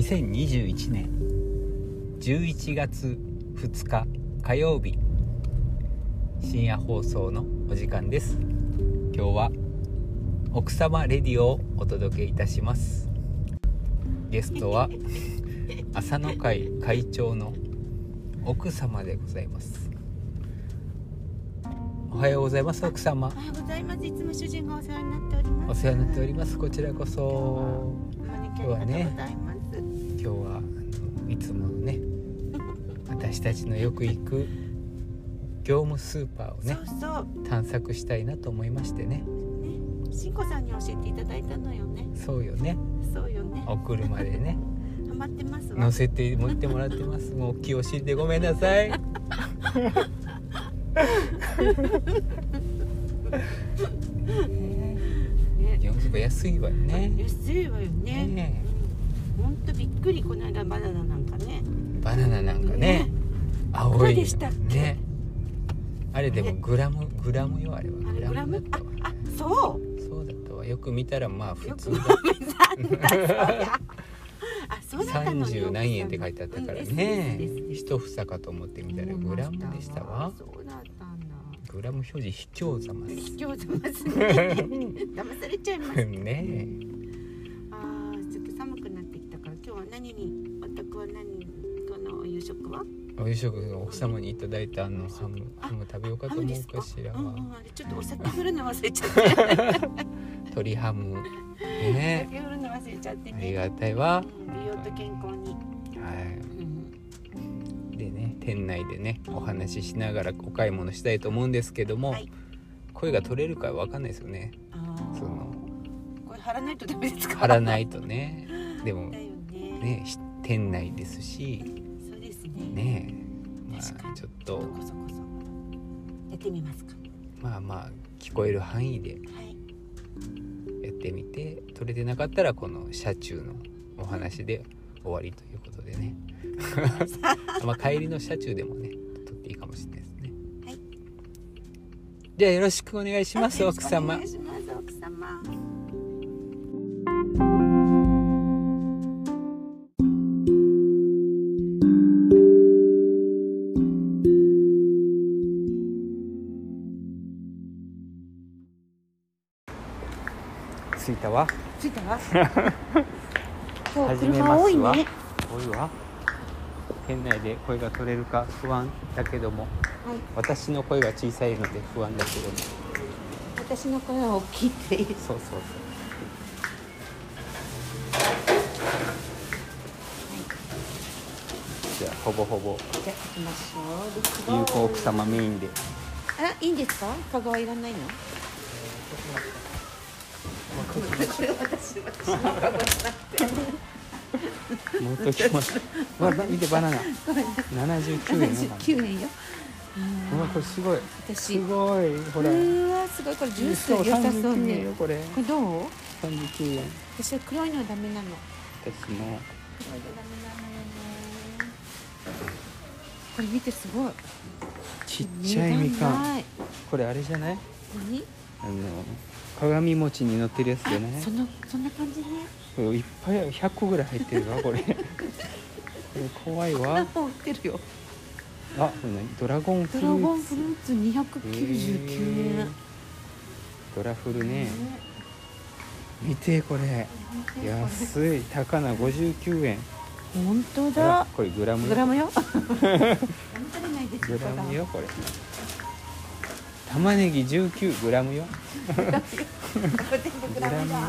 2021年11月2日火曜日、深夜放送のお時間です。今日は奥様レディオをお届けいたします。ゲストは朝の会会長の奥様でございます。おはようございます。奥様。 おはようございます。いつも主人がお世話になっております。 お世話になっております。こちらこそ。今日はね、今日はいつものね、私たちのよく行く業務スーパーをね、探索したいなと思いましてね。 しんこさんに教えていただいたのよね。 そうよね。 そうよね。 お車でね。 ハマってますわ。 乗せて持ってもらってます。もう大きいお尻でごめんなさい。安いわよね。 安いわよね。ほんとびっくり。この間バナナなんかね。青いね。あれでもグラムよ、あれは。グラムだったわ。あ、そうだったわ。よく見たらまあ普通だ。30何円って書いてあったからね。一房かと思ってみたらグラムでしたわ。 そうだったんだ。 グラム表示卑怯ざます。 卑怯ざますね。騙されちゃいますね。 ちょっと寒くなってきたから、今日はお宅はこのお夕食は？ お夕食の奥様にいただいたハム食べようかと思うかしら。 あれちょっとお酒振るの忘れちゃって。 鶏ハムね。 お酒振るの忘れちゃってね。 ありがたいわ。 美容と健康に。 はい。でね、店内でねお話ししながらお買い物したいと思うんですけども、声が取れるかわかんないですよね。 これ貼らないとダメですか？ 貼らないとね。でもね、店内ですし。 そうですね。 ねえ、ちょっとこそやってみますか。 まあ聞こえる範囲でやってみて、取れてなかったらこの車中のお話で終わりということでね。帰りの車中でもね撮っていいかもしれないですね。はい。じゃあよろしくお願いします、奥様。 お願いします、奥様。 着いたわ。 今日車多いね。 多いわ。店内で声が取れるか不安だけども、私の声が小さいので不安だけども、 私の声は大きいっていい。 そう。じゃあほぼじゃあ行きましょう。 有効奥様メインで。 いいんですか？香川いらないの？これ私の香川なんて。 もっときます。見てバナナ。79円。 79円よ。 これすごい。すごい。ほら。 すごい、これジュース良さそうね。 これどう ？39円。 私は黒いのはダメなの。 私も。黒いのダメなのよね。 これ見て、すごい。 ちっちゃいみかん。これあれじゃない？ 何？ 鏡餅に乗ってるやつじゃない？ そんな感じね。 これいっぱい100個ぐらい入ってるわ、これ。これ怖いわ。 売ってるよ。 これ何？ドラゴンフルーツ 299円。 ドラフルね。見てこれ。安い。高菜59円。 本当だ。 これグラムよ。 グラムよこれ。玉ねぎ19グラムよ。 グラムだ。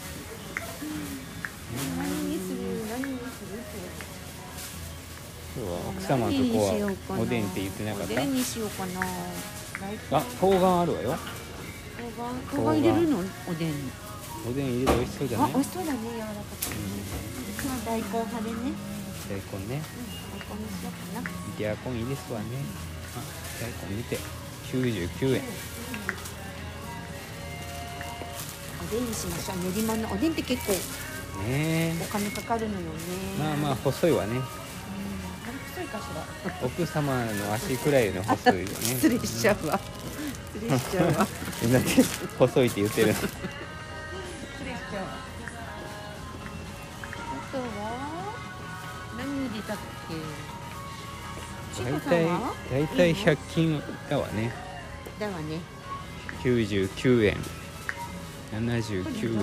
今日は奥様のとこはおでんって言ってなかった？ おでんにしようかな。 冬瓜あるわよ。 冬瓜入れるの？おでんに。 おでん入れて美味しそうじゃない？ 美味しそうだね、柔らかくて。大根派でね。 大根ね。 大根にしようかな。 大根いいですわね。大根見て99円。 おでんにしましょう。練馬のおでんって結構お金かかるのよね。 まあ細いわね。 細いかしら。 奥様の足くらいの細いよね。 失礼しちゃうわ。だって細いって言ってる。 失礼しちゃうわ。あとはだいたい100均だわね。 だわね。 99円、79円。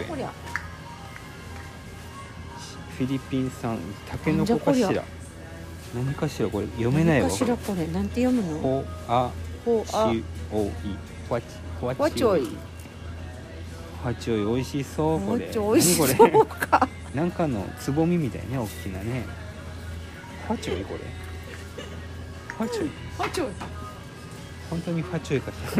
フィリピン産タケノコかしら。何かしらこれ読めないわ。 何かしらこれなんて読むの？ ほあしおいほわちょい。ほわちょい美味しそうこれ。 美味しそうか。 なんかのつぼみみたいね、大きなね。ほわちょいこれ。ほわちょい。 ほわちょい。 本当にほわちょいかしら。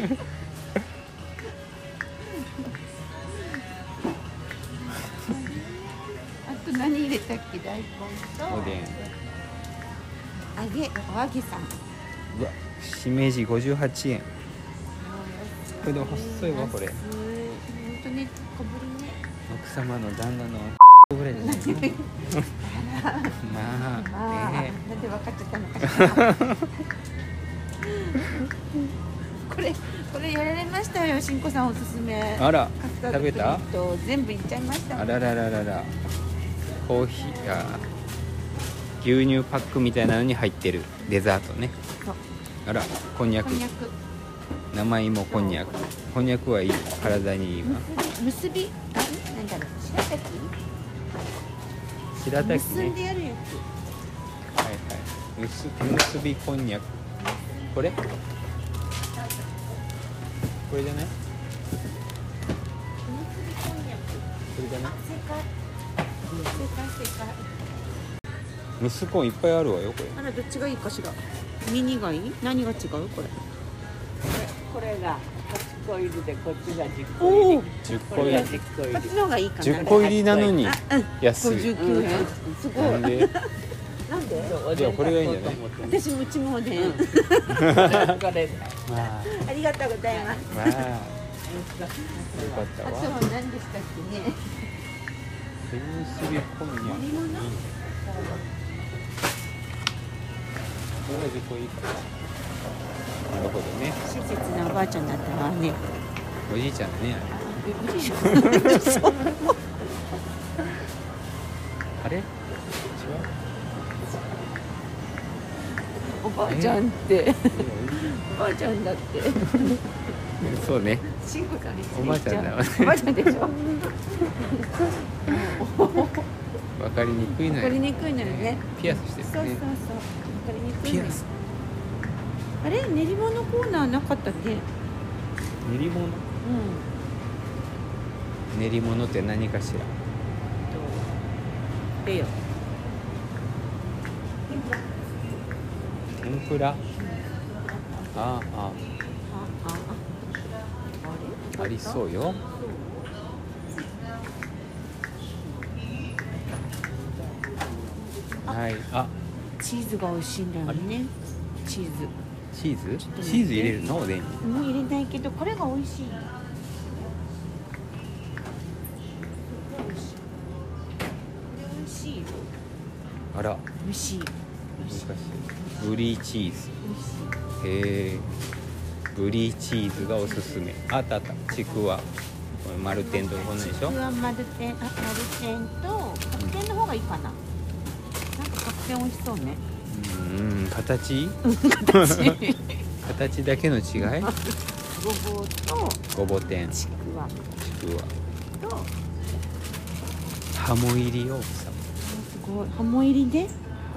あと何入れたっけ？大根とおでん。 お揚げさん。 うわ、しめじ58円。これで細いわこれ。 本当に小ぶりね。 奥様の旦那のぐらいじゃないの。まあ、 なんで分かっちゃったのかしら。これやられましたよ、しんこさんおすすめ。 あら、 カスタード食べた？ プリンと全部いっちゃいました。 あららららら。コーヒーが牛乳パックみたいなのに入ってるデザートね。あら、こんにゃく。名前もこんにゃく。こんにゃくはいい、体にいいわ。 結び、なんだろう、白滝結んでやるやつ。 はいはい。手結びこんにゃく。これ？これじゃない？これじゃない？ 正解。 ムスコンいっぱいあるわよこれ。 あら、どっちがいいかしら。ミニがいい？何が違うこれ？ これが8個入りでこっちが10個入り。 10個これが入り。 10個入りこっち。の方がいいかな。 10個入りなのに安い。 59円。すごい。 なんで？ なんで？ そうじゃあこれがいいんじゃない？ 私もうちもおでん。 これまあありがとうございます。 まあよかったあとはわ。 何でしたっけね。 手結びこんにゃく。 練り物？ これが10個いいかな。なるほどね。 親切なおばあちゃんだったわね。 おじいちゃんだね。あれ？違う？ おばあちゃんっておばあちゃんだってそうね。 しんこさんにおばあちゃんだわね。 おばあちゃんでしょ。 わかりにくいのよ。 わかりにくいのよね。 ピアスしてそうそうそう。 るね。 わかりにくいのよ。 ピアス。 あれ練り物コーナーなかったっけ？ 練り物？ うん。 練り物って何かしら。 でよ。 天ぷら？あありそうよ。はい。あ、 チーズが美味しいんだよね。チーズ。 チーズ？ ちょっとねチーズ入れるの？おでんに。 もう入れないけどこれが美味しい。これ美味しいよ。 あら、 美味しい。 難しい。ブリーチーズ。 美味しい。 へえ。ブリーチーズがおすすめ。あったあった。ちくわ。これ丸天とこんなんでしょ？ ちくわ丸天、丸天と角天の方がいいかな。なんか角天美味しそうね。 形？ 形。 形だけの違い？ ごぼうとごぼ天。 ちくわちくわ。 とハモ入りよ。 すごいハモ入りで。 ハ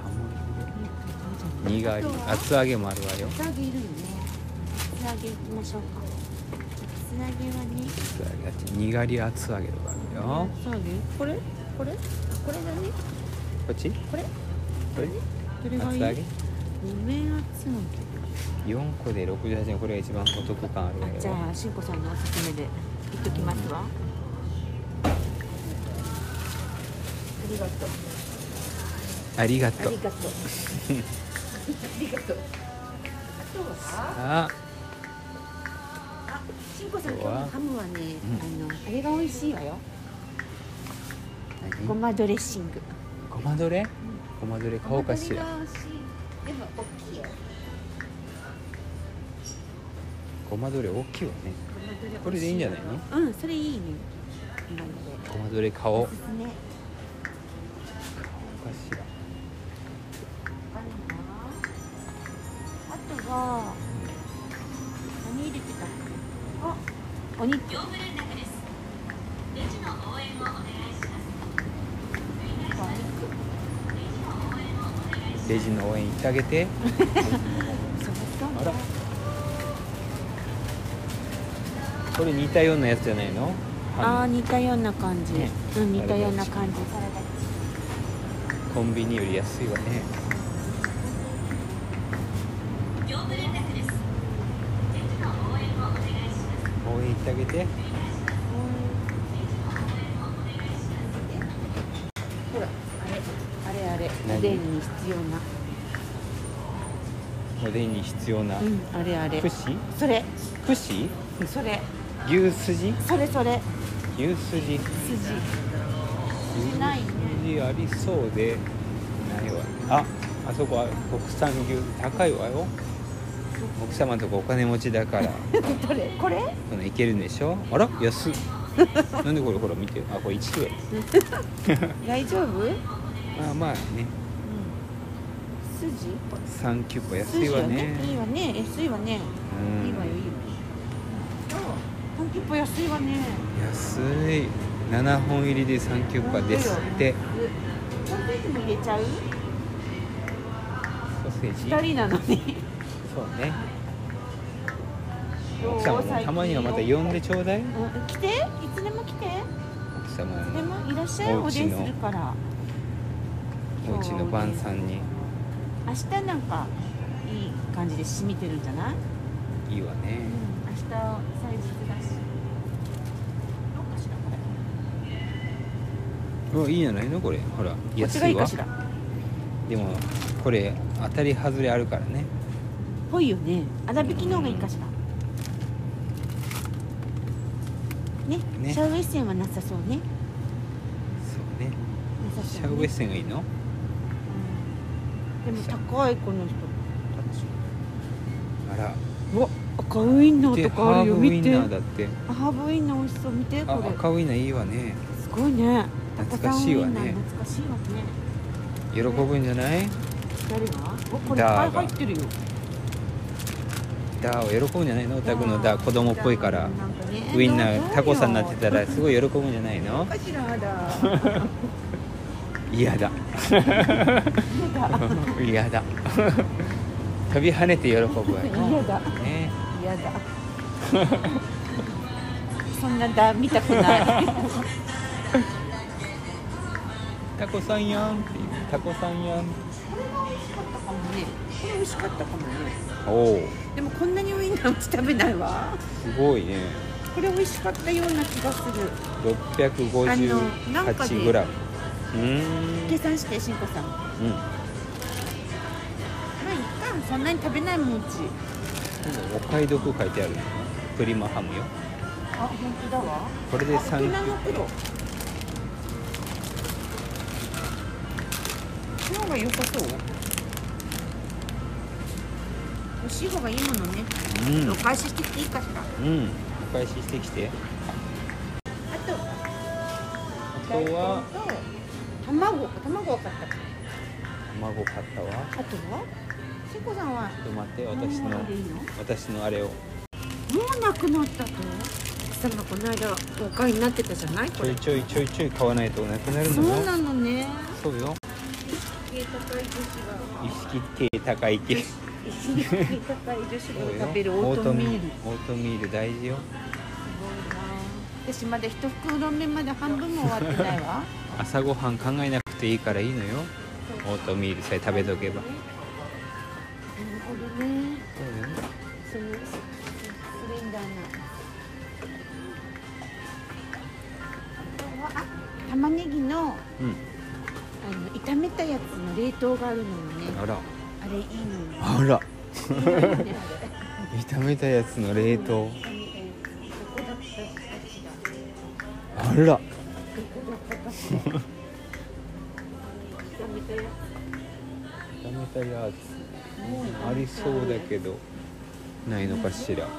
モ入り。にがり。厚揚げもあるわよ。 厚揚げいるよね。厚揚げいきましょうか。厚揚げはね。 厚揚げあっちにがり厚揚げとかあるよ。 厚揚げ？これ？これだね。 こっち？ これ？ これ？ どれがいい？ 厚揚げ梅厚揚 ？4個で68円。これが一番お得感あるわよ。 げ。じゃあしんこさんのおすすめで言っときますわ。ありがとう。 ありがとう。 ありがとう。ありがとう。あとは？ あ、 しんこさん今日のハムはね、あれが美味しいわよ。ごまドレッシング。 ごまどれ？ごまどれ買おうかしら。 ごまドレが美味しい。でも大きいよ。 ごまどれ大きいわね。これでいいんじゃないの？ うん、それいいね。今ので。 ごまどれ買おう。 おすすめ。 買おうかしら。 わあ。何入れてたっけ？あ、お肉。 レジの応援行ってあげて。あら、これ似たようなやつじゃないの？ ああ、似たような感じ。 ねうん、似たような感じ。サラダコンビニより安いわね。応援行ってあげて。 ほら、あれ、 何おでんに必要な。 おでんに必要な。 うん、あれ。 串？ それ、 串？ それ、 牛すじ？ それ。 牛すじ。 筋ないね。 筋ありそうでないわ。あそこは国産牛高いわよ。奥様とかお金持ちだからどれ？これ？ いけるんでしょ。あら安っ。なんでこれほら見て。これ1キロ。 大丈夫？ まあね。 筋？ 3キュッパ安いわね。 いいわね。安いわね。いいわよ。3キュッパ安いわね。 安い。7本入りで3キュッパですって。 ソーセージも入れちゃう？ ソーセージ。 2人なのに。 そうね。奥様もたまにはまた呼んでちょうだい。 来て、いつでも来て。 奥様でのもいらっしゃい。おでんするから。 お家の晩餐に。 明日なんかいい感じで染みてるんじゃない？ いいわね。 明日祭日だし。どうかしらこれ。 いいんじゃないのこれ。ほらこっち安いわがいいかしら。 でもこれ当たり外れあるからね。 ぽいよね。粗挽きの方がいいかしら。ね。シャウエッセンはなさそうね。 そうね。 なさそうね。 シャウエッセンがいいの？ でも高いこの人たち。 あら。 うわ、赤ウインナーとかあるよ。見て。 ハーブウインナーだって。 ハーブウインナー美味しそう。見てこれ。 赤ウインナーいいわね。 すごいね。 懐かしいわね。 懐かしいわね。 喜ぶんじゃない？ 誰が？これいっぱい入ってるよ。 ダーを喜ぶんじゃないの？お宅のダー子供っぽいから。 なんかねウインナータコさんになってたらすごい喜ぶんじゃないの？ かしらだ。 嫌だ。嫌だ。飛び跳ねて喜ぶわよ。 嫌だ。 ね。 嫌だ。そんなだ見たくない。 タコさんやんっていう。タコさんやん。 これ美味しかったかもね。 おお。 でもこんなにウインナー食べないわ。 すごいね。 これ美味しかったような気がする。 658グラム。 計算してしんこさん。まあいいか。そんなに食べないもんうち。 お買い得書いてある。プリマハムよ。 あ、本当だわ。 これで3。 沖縄の黒。の方が良さそう。美味しい方がいいものね。お返ししてきていいかしら。 お返ししてきて。 あとは卵は買った。 卵買ったわ。 あとはしんこさんは。 ちょっと待って、私のあれを。 もうなくなったと。さんがこの間お買いになってたじゃない？これちょい買わないとなくなるのよ。 そうなのね。 そうよ。意識低高い系。 意識高い女子が食べるオートミール。 オートミール大事よ。 私まだ一袋目まで半分も終わってないわ。 朝ごはん考えなくていいからいいのよ。オートミールさえ食べとけば。 なるほどね。 そうよね。 スレンダーな。玉ねぎの、炒めたやつの冷凍があるのよね。 あら。 あれいいのよ。 あら。炒めたやつの冷凍。あら。炒めたやつありそうだけどないのかしら。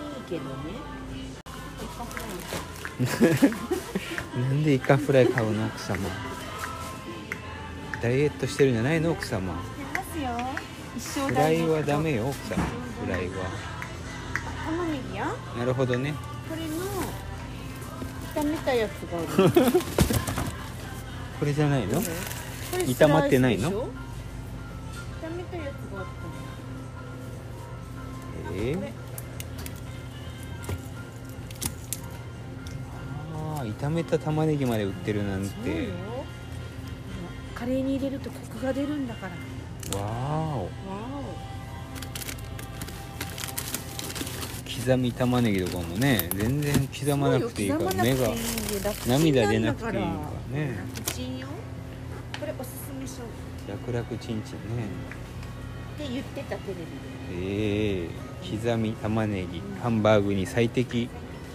なんでイカフライ買うの奥様。ダイエットしてるんじゃないの奥様。フライはダメよ奥様。フフライは。 玉ねぎや。 なるほどね。 これの炒めたやつがある。 これじゃないの？ これ炒まってないの？ スライスでしょ。炒めたやつがあったの。 ああ、炒めた玉ねぎまで売ってるなんそうて。 よ。カレーに入れるとコクが出るんだから。 わーお。 わ刻み玉ねぎとかもね、全然刻まなくていいから、目が涙出なくていいからね。 楽ちんよ。これおすすめしよう楽々ちんちんね。 って言ってたテレビで。 刻み玉ねぎ、ハンバーグに最適。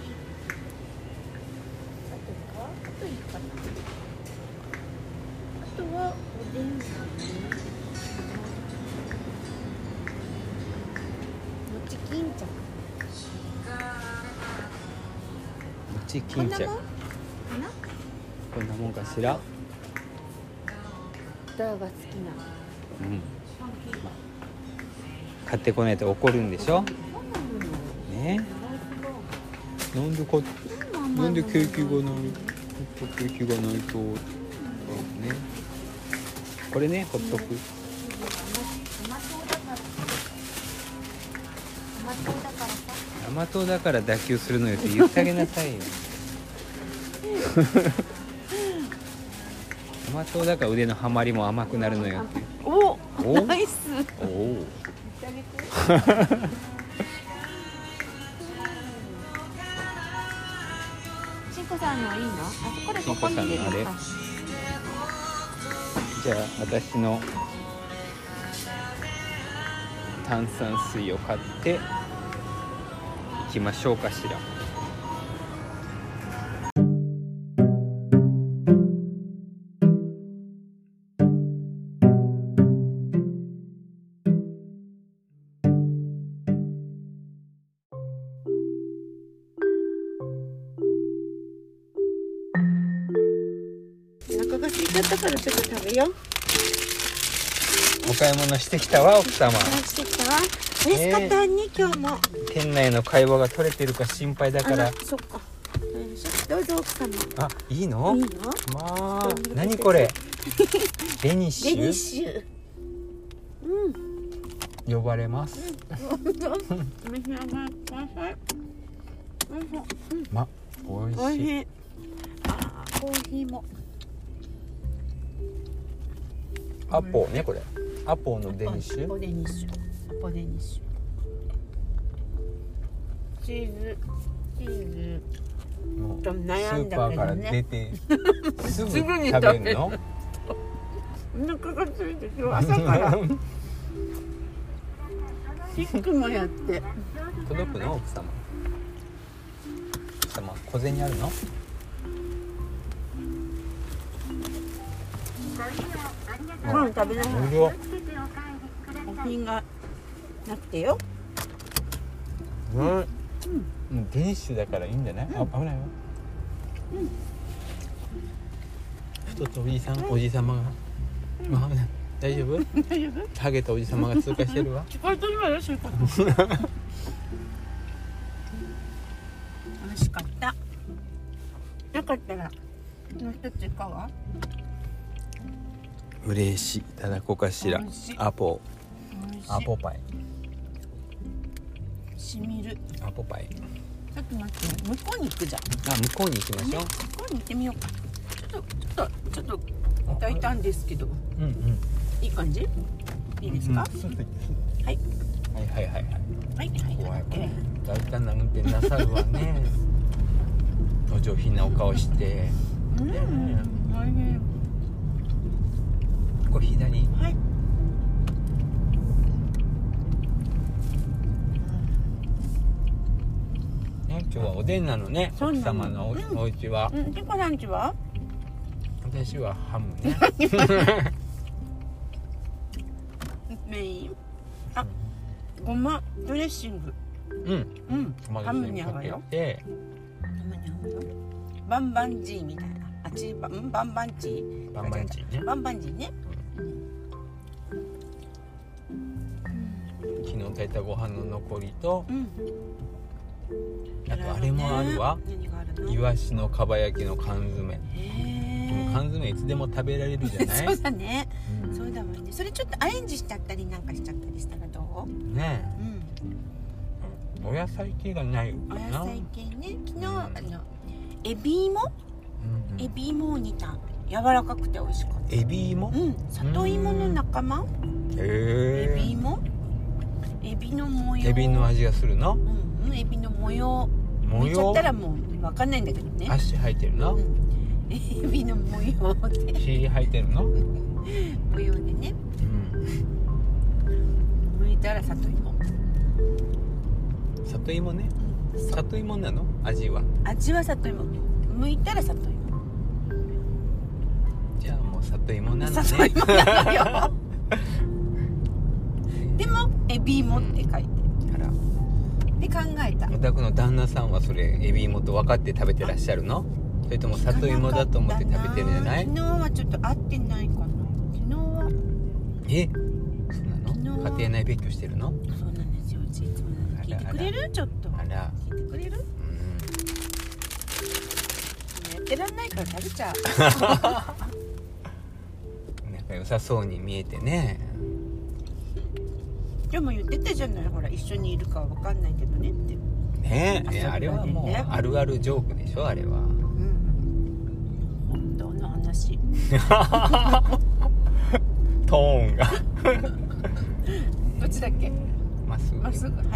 あといいかな。あとはおでんだね。もち巾着。 餅巾着。 こんなもんかな。 こんなもんかしら。 ダーが好きな。 うん。買ってこないと怒るんでしょ。ね。なんでなんでケーキがない。ケーキがないと。ね。これね、ほっとく。甘党だから妥協するのよって言ってあげなさいよ。甘党だから腕のハマりも甘くなるのよって。 お、 おナイス。 おお。 しんこさんのはいいの？あ、これここに入れるしんこさんのあれか。 じゃあ私の炭酸水を買っていきましょうかしら。 お腹が空いちゃったからちょっと食べよう。 お買い物してきたわ奥様。 してきたわ。美味しかったね、今日も。 店内の会話が取れてるか心配だから。 そっか。どうぞ奥様。 あ、いいの？ いいの？ まあ、何これ？デニッシュ？ デニッシュ。 呼ばれます。ま、美味しい。 あ、コーヒーも。 アポねこれ。アポのデニッシュ。 アポデニッシュ。アポデニッシュ。チーズ。 もうス悩んだけどねーパーから出てすぐすぐに食べるの？ お腹が空いて今日朝からシックもやって届くの奥様？奥様小銭あるの？ 食べながら無料。 お品がなくてよ。 デニッシュだからいいんじゃない？あ、危ないよ。一つおじさまが、大丈夫？ハゲたおじさまが通過してるわ。 聞こえてるわよ、そういうこと。美味しかった。よかったらもう一ついかが？ 嬉しい。いただこうかしら美味しい。 アポ美味しい。 アポパイ。 しみる。 アポパイ。 ちょっと待って、向こうに行くじゃん。 あ、向こうに行きましょう。 向こうに行ってみようか。ちょっと炊いたんですけど、 うんうん。 いい感じ？いいですか？はいはいはいはいはい。 はい怖い怖い。大胆な運転なさるわね。お上品なお顔して。 おいしい。 これ左。 はい。 今日はおでんなのね。奥そうなの様のお家は。 ピコさんちは？ 私はハムね。 メイン。あ、ごまドレッシング。ハムに合うよ。ハムに合うよ。バンバンジーみたいな。バンバンジー。 バンバンジーね。 バンバンジーね。 昨日炊いたご飯の残りと、 うん、 あとあれもあるわ、 何があるの？ イワシのかば焼きの缶詰。 へでも缶詰いつでも食べられるじゃないそうだね、 うんそうだもんね。それちょっとアレンジしちゃったりなんかしちゃったりしたらどう？ ねうん、 え、お野菜系がないおかな。 野菜系ね。昨日エビ芋、 うんうんエビ芋を煮た、柔らかくて美味しかった。 エビ芋、 うん、里芋の仲間、エビ芋、エビの模様、 エビの味がするの。 うん、エビの模様模見ちゃっ様たらもう分かんないんだけどね。 足生えてるの、 うん、エビの模様で尻生えてるの、 模様でね、 うん、 剥いたら里芋、 里芋ね。 そう里芋なの味は。 味は里芋、剥いたら里芋、 じゃあもう里芋なのね。 里芋なのよでもエビ芋って書いて、 あら、 で考えた。 お宅の旦那さんはそれエビ芋と分かって食べてらっしゃるの？それとも里芋だと思って食べてるんじゃない？ 昨日はちょっと合ってないかな。昨日はえ、そうなの？ 昨日は家庭内別居してるの？ そうなんですよ。うちいつもなんか聞いてくれる？ちょっとあら、 聞いてくれる？やってらんないから食べちゃう仲良さそうに見えてね。 でも言ってたじゃない、ほら一緒にいるかは分かんないけどねって。 ねえ、あれはもうねあるあるジョークでしょ、あれは。 うん本当の話トーンがどっちだっけ？ まっすぐ。 まっすぐ、はい。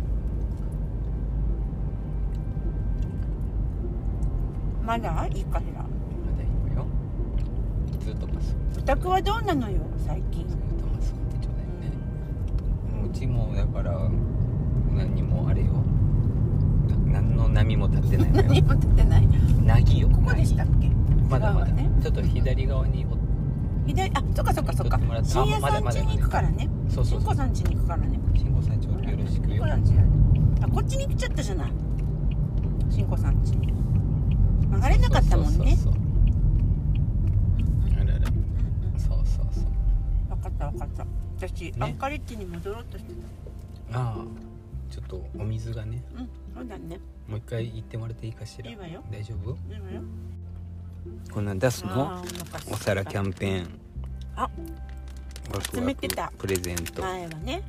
まだいいかしら。 まだいいのよ。ずっとまっすぐ。 お宅はどうなのよ最近？ ずっとまっすぐってちょうだいね。もううちもだから何もあれよ。何の波も立ってないのよ。 何も立ってない。 なぎよ。 ここでしたっけ？ まだまだ、 違うわね。 ちょっと左側に左、あ、そっかそっかそっかちょっともらって。 深夜さん家に行くからね。 そうそうそう。 しんこさん家に行くからね。 慎吾さんちょっとよろしくよ。 こっちに来ちゃったじゃない。しんこさん家に。曲がれなかったもんね。 そうそうそう。あらら。そうそうそう。 分かった分かった。私、 ねアンカレッジに戻ろうとしてた。 ああ、ちょっとお水がね。 うん、そうだね。 もう一回言ってもらっていいかしら。 いいわよ。 大丈夫？ いいわよ。 こんなん出すの？ あーお腹すいたお皿キャンペーン。 あ、 ワクワ詰めてたクプレゼント。 前はね。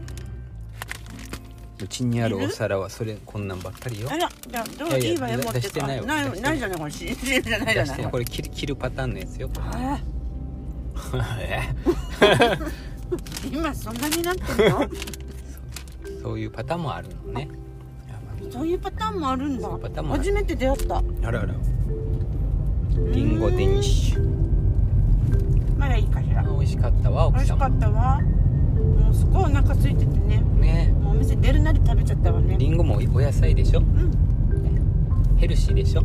うちにあるお皿はそれこんなんばっかりよあ。ら、じゃあどういやいやいいわよ持って出してないわない出してないないじゃないこれ CM じゃないじゃない。 出してこれ切るパターンのやつよ。 あえー今そんなになってるの？ そういうパターンもあるのね。 そういうパターンもあるんだそういうパターンもある初めて出会った。 あらあら。リンゴデニッシュ。 まだいいかしら。 美味しかったわ美味しか奥様。 ったわ。もうすごいお腹空いててね、 ね。 もうお店出るなり食べちゃったわね。 リンゴもお野菜でしょ。 うんヘルシーでしょ。 うん。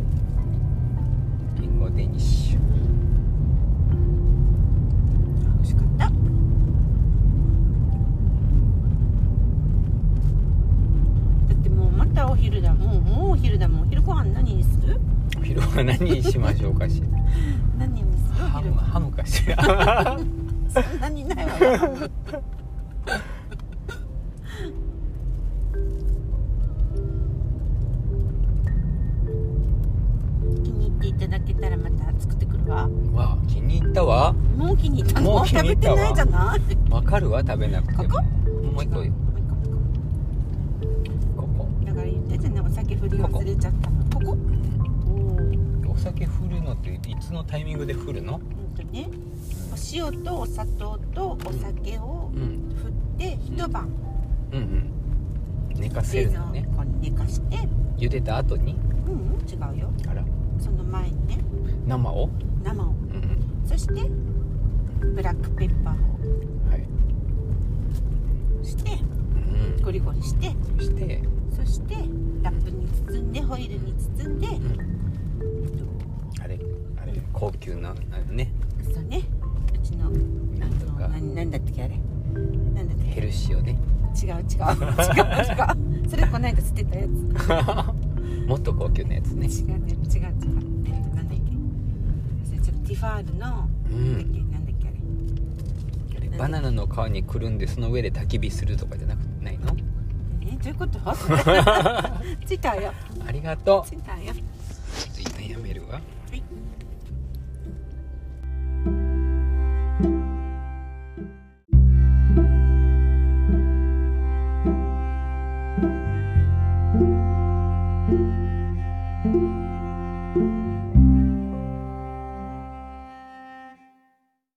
リンゴデニッシュ。 美味しかった。だってもうまたお昼だ。もうお昼だもん。お昼ご飯何にする？ お昼は何にしましょうかしら。 何にする？お昼ハムかしら。 そんなにないわよ。気に入っていただけたらまた作ってくるわ。 わあ、気に入ったわ。 もう気に入ったの？ もう気に入ったわ食べてないじゃない？ わかるわ、食べなくても。 ここもう一個よ。ここ。 だから言ったじゃない、お酒振り忘れちゃったの。ここ？おお。 お酒振るのっていつのタイミングで振るの？ ね、お塩とお砂糖とお酒をうん。 振って一晩うんうん。寝かせ冷蔵るのね。 庫に寝かして、 茹でた後に。 違うよ。 あら。 その前にね、 生を。 生を、 うんそしてブラックペッパーをうん。はい。 してうん。 ゴリゴリして、 して。 そしてラップに包んでホイルに包んで、 あれ高級なあれね。 そうね、うちのなんとかなんだったっけあれ、なんだったっけ、 ヘルシーをね。 違うそれこないだ捨てたやつ。 もっと高級なやつね。 違うなんだっけ、それちょっとティファールのうん。 なんだっけあれ、 あれバナナの皮にくるんでその上で焚き火するとかじゃなくてないの？ どういうこと？ついたよ。 ありがとう。 ついたよ。